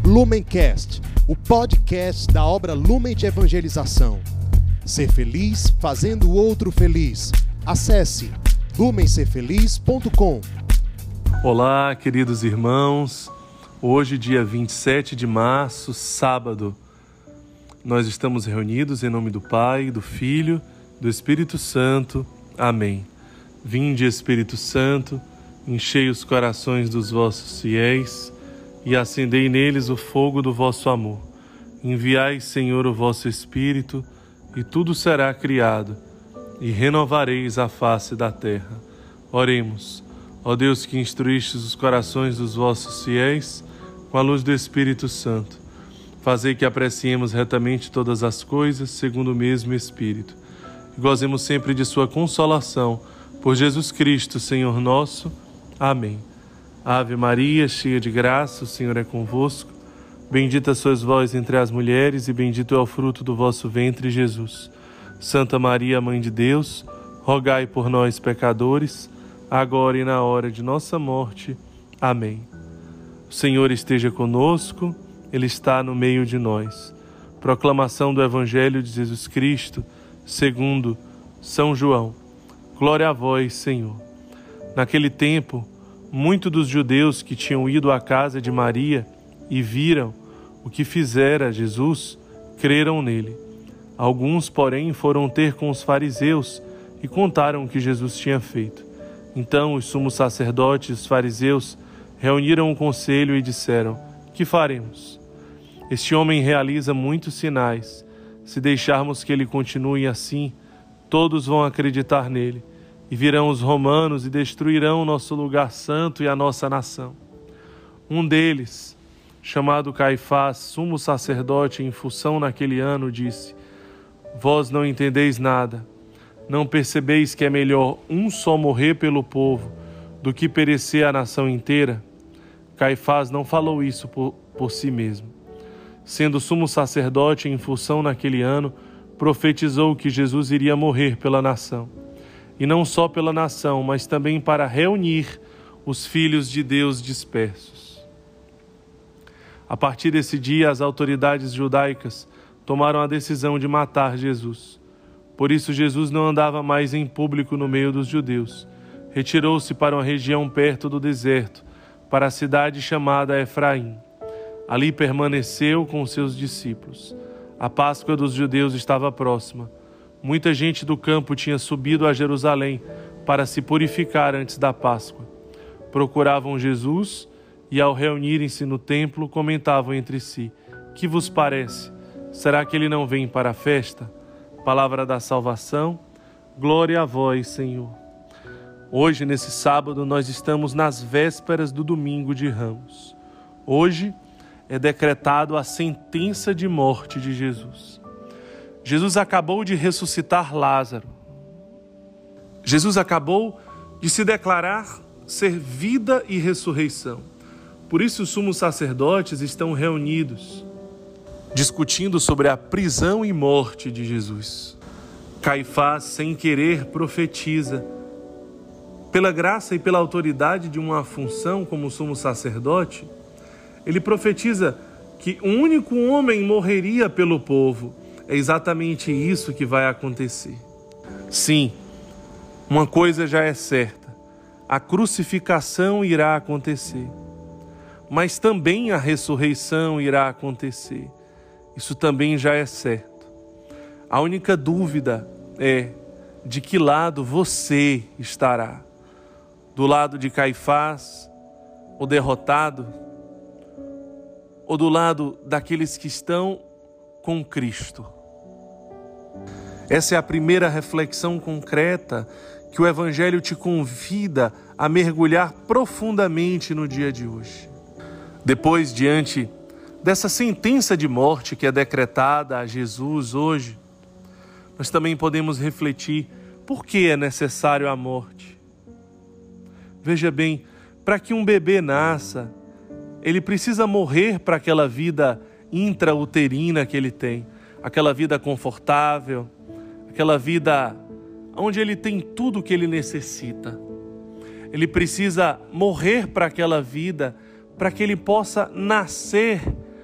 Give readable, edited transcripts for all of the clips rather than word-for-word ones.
Lumencast, o podcast da obra Lumen de Evangelização. Ser feliz fazendo o outro feliz. Acesse lumencerfeliz.com. Olá, queridos irmãos. Hoje, dia 27 de março, sábado, nós estamos reunidos em nome do Pai, do Filho, do Espírito Santo. Amém. Vinde, Espírito Santo, enchei os corações dos vossos fiéis e acendei neles o fogo do vosso amor. Enviai, Senhor, o vosso Espírito, e tudo será criado, e renovareis a face da terra. Oremos. Ó Deus, que instruístes os corações dos vossos fiéis com a luz do Espírito Santo, fazei que apreciemos retamente todas as coisas segundo o mesmo Espírito, e gozemos sempre de sua consolação, por Jesus Cristo, Senhor nosso. Amém. Ave Maria, cheia de graça, o Senhor é convosco. Bendita sois vós entre as mulheres, e bendito é o fruto do vosso ventre, Jesus. Santa Maria, Mãe de Deus, rogai por nós, pecadores, agora e na hora de nossa morte. Amém. O Senhor esteja conosco, Ele está no meio de nós. Proclamação do Evangelho de Jesus Cristo, segundo São João. Glória a vós, Senhor. Naquele tempo, muitos dos judeus que tinham ido à casa de Maria e viram o que fizera Jesus, creram nele. Alguns, porém, foram ter com os fariseus e contaram o que Jesus tinha feito. Então os sumos sacerdotes e os fariseus reuniram o conselho e disseram: que faremos? Este homem realiza muitos sinais. Se deixarmos que ele continue assim, todos vão acreditar nele, e virão os romanos e destruirão o nosso lugar santo e a nossa nação. Um deles, chamado Caifás, sumo sacerdote em função naquele ano, disse: vós não entendeis nada. Não percebeis que é melhor um só morrer pelo povo do que perecer a nação inteira? Caifás não falou isso por si mesmo. Sendo sumo sacerdote em função naquele ano, profetizou que Jesus iria morrer pela nação. E não só pela nação, mas também para reunir os filhos de Deus dispersos. A partir desse dia, as autoridades judaicas tomaram a decisão de matar Jesus. Por isso, Jesus não andava mais em público no meio dos judeus. Retirou-se para uma região perto do deserto, para a cidade chamada Efraim. Ali permaneceu com seus discípulos. A Páscoa dos judeus estava próxima. Muita gente do campo tinha subido a Jerusalém para se purificar antes da Páscoa. Procuravam Jesus e, ao reunirem-se no templo, comentavam entre si: que vos parece? Será que ele não vem para a festa? Palavra da salvação, glória a vós, Senhor. Hoje, nesse sábado, nós estamos nas vésperas do Domingo de Ramos. Hoje é decretado a sentença de morte de Jesus. Jesus acabou de ressuscitar Lázaro. Jesus acabou de se declarar ser vida e ressurreição. Por isso os sumos sacerdotes estão reunidos, discutindo sobre a prisão e morte de Jesus. Caifás, sem querer, profetiza. Pela graça e pela autoridade de uma função como sumo sacerdote, ele profetiza que um único homem morreria pelo povo. É exatamente isso que vai acontecer. Sim, uma coisa já é certa: a crucificação irá acontecer, mas também a ressurreição irá acontecer. Isso também já é certo. A única dúvida é de que lado você estará. Do lado de Caifás, o derrotado, ou do lado daqueles que estão com Cristo? Essa é a primeira reflexão concreta que o Evangelho te convida a mergulhar profundamente no dia de hoje. Depois, diante dessa sentença de morte que é decretada a Jesus hoje, nós também podemos refletir por que é necessário a morte. Veja bem, para que um bebê nasça, ele precisa morrer para aquela vida intrauterina que ele tem, aquela vida confortável, aquela vida onde ele tem tudo o que ele necessita. Ele precisa morrer para aquela vida, para que ele possa nascer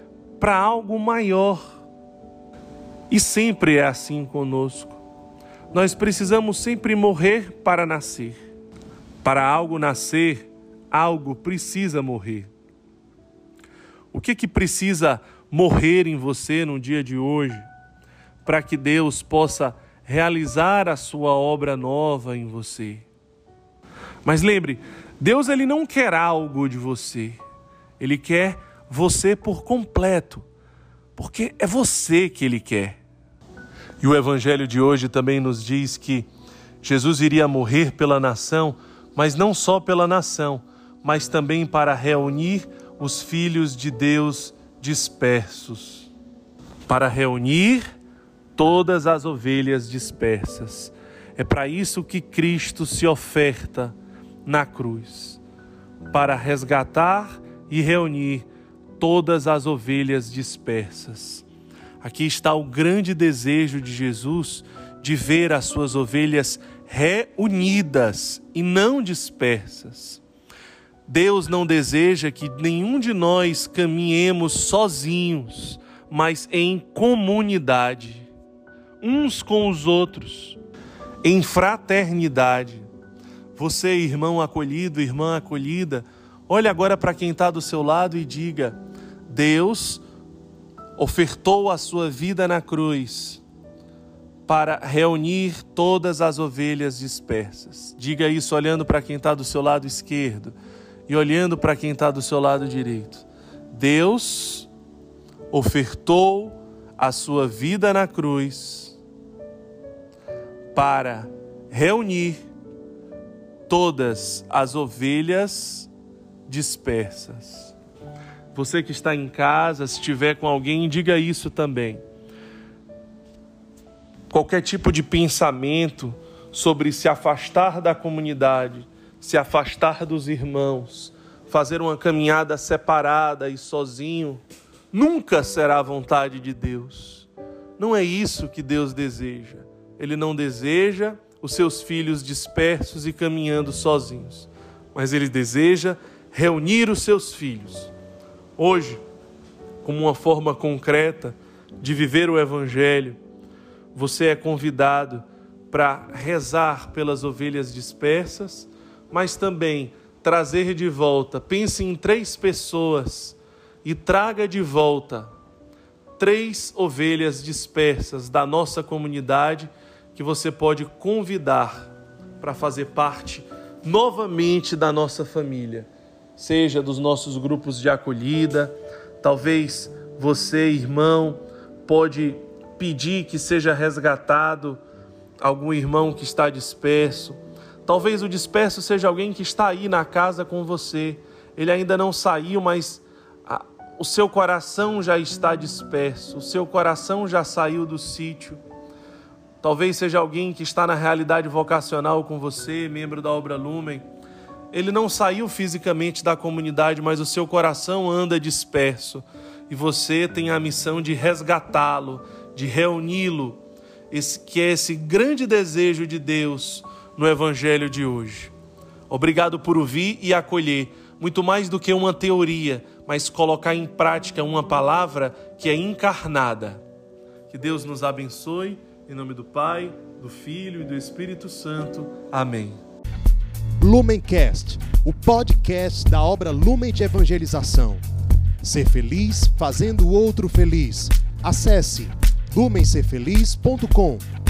para algo maior. E sempre é assim conosco. Nós precisamos sempre morrer para nascer. Para algo nascer, algo precisa morrer. O que precisa morrer em você no dia de hoje, para que Deus possa realizar a sua obra nova em você? Mas lembre, Deus ele não quer algo de você. Ele quer você por completo, porque é você que Ele quer. E o Evangelho de hoje também nos diz que Jesus iria morrer pela nação, mas não só pela nação, mas também para reunir os filhos de Deus dispersos. Para reunir todas as ovelhas dispersas. É para isso que Cristo se oferta na cruz, para resgatar e reunir todas as ovelhas dispersas. Aqui está o grande desejo de Jesus de ver as suas ovelhas reunidas e não dispersas. Deus não deseja que nenhum de nós caminhemos sozinhos, mas em comunidade, uns com os outros, em fraternidade. Você, irmão acolhido, irmã acolhida, olhe agora para quem está do seu lado e diga: Deus ofertou a sua vida na cruz para reunir todas as ovelhas dispersas. Diga isso olhando para quem está do seu lado esquerdo e olhando para quem está do seu lado direito. Deus ofertou a sua vida na cruz para reunir todas as ovelhas dispersas. Você que está em casa, se estiver com alguém, diga isso também. Qualquer tipo de pensamento sobre se afastar da comunidade, se afastar dos irmãos, fazer uma caminhada separada e sozinho, nunca será a vontade de Deus. Não é isso que Deus deseja. Ele não deseja os seus filhos dispersos e caminhando sozinhos, mas Ele deseja reunir os seus filhos. Hoje, como uma forma concreta de viver o Evangelho, você é convidado para rezar pelas ovelhas dispersas, mas também trazer de volta. Pense em 3 pessoas e traga de volta 3 ovelhas dispersas da nossa comunidade que você pode convidar para fazer parte novamente da nossa família, seja dos nossos grupos de acolhida. Talvez você, irmão, pode pedir que seja resgatado algum irmão que está disperso. Talvez o disperso seja alguém que está aí na casa com você. Ele ainda não saiu, mas o seu coração já está disperso. O seu coração já saiu do sítio. Talvez seja alguém que está na realidade vocacional com você, membro da Obra Lumen. Ele não saiu fisicamente da comunidade, mas o seu coração anda disperso. E você tem a missão de resgatá-lo, de reuni-lo. Que é esse grande desejo de Deus no Evangelho de hoje. Obrigado por ouvir e acolher. Muito mais do que uma teoria, mas colocar em prática uma palavra que é encarnada. Que Deus nos abençoe. Em nome do Pai, do Filho e do Espírito Santo. Amém. Lumencast, o podcast da obra Lumen de Evangelização. Ser feliz fazendo o outro feliz. Acesse lumencerfeliz.com.